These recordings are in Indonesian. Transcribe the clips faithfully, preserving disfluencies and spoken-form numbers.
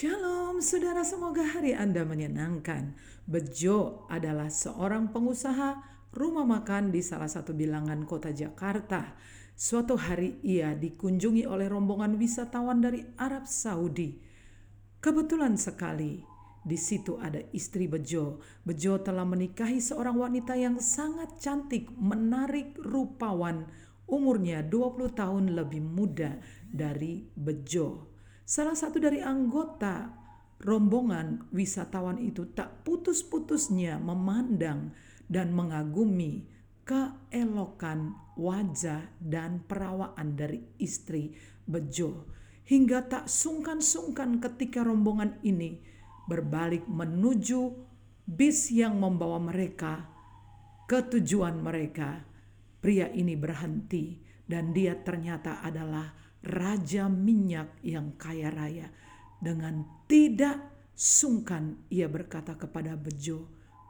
Shalom saudara, semoga hari Anda menyenangkan. Bejo adalah seorang pengusaha rumah makan di salah satu bilangan kota Jakarta. Suatu hari ia dikunjungi oleh rombongan wisatawan dari Arab Saudi. Kebetulan sekali di situ ada istri Bejo. Bejo telah menikahi seorang wanita yang sangat cantik, menarik, rupawan. Umurnya dua puluh tahun lebih muda dari Bejo. Salah satu dari anggota rombongan wisatawan itu tak putus-putusnya memandang dan mengagumi keelokan wajah dan perawaan dari istri Bejo, hingga tak sungkan-sungkan ketika rombongan ini berbalik menuju bis yang membawa mereka ke tujuan mereka. Pria ini berhenti dan dia ternyata adalah raja minyak yang kaya raya. Dengan tidak sungkan ia berkata kepada Bejo,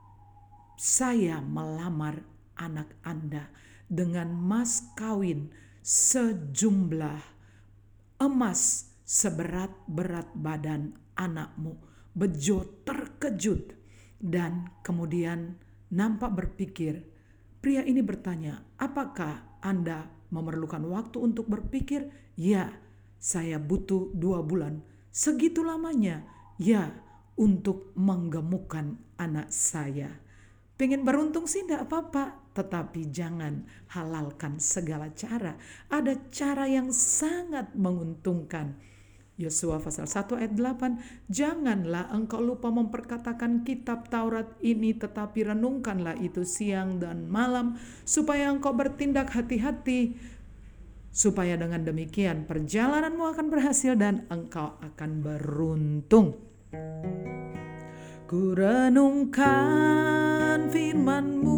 "Saya melamar anak Anda dengan mas kawin sejumlah emas seberat berat badan anakmu." Bejo terkejut dan kemudian nampak berpikir. Pria ini bertanya, "Apakah Anda memerlukan waktu untuk berpikir?" "Ya, saya butuh dua bulan." "Segitu lamanya?" "Ya, untuk menggemukkan anak saya." Pengen beruntung sih enggak apa-apa, tetapi jangan halalkan segala cara. Ada cara yang sangat menguntungkan. Yosua pasal satu ayat delapan, "Janganlah engkau lupa memperkatakan kitab Taurat ini, tetapi renungkanlah itu siang dan malam, supaya engkau bertindak hati-hati, supaya dengan demikian perjalananmu akan berhasil dan engkau akan beruntung." Ku renungkan firman-Mu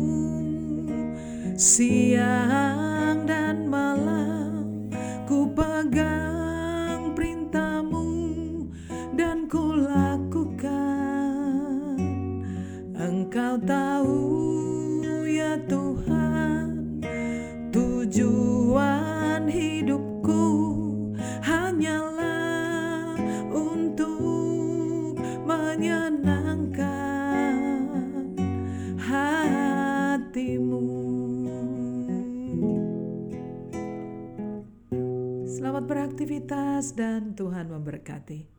siang dan malam, ku pegang perintah-Mu dan ku lakukan. Engkau tahu ya Tuhan, tujuan hidupku hanyalah untuk menyenangkan hati-Mu. Selamat beraktivitas dan Tuhan memberkati.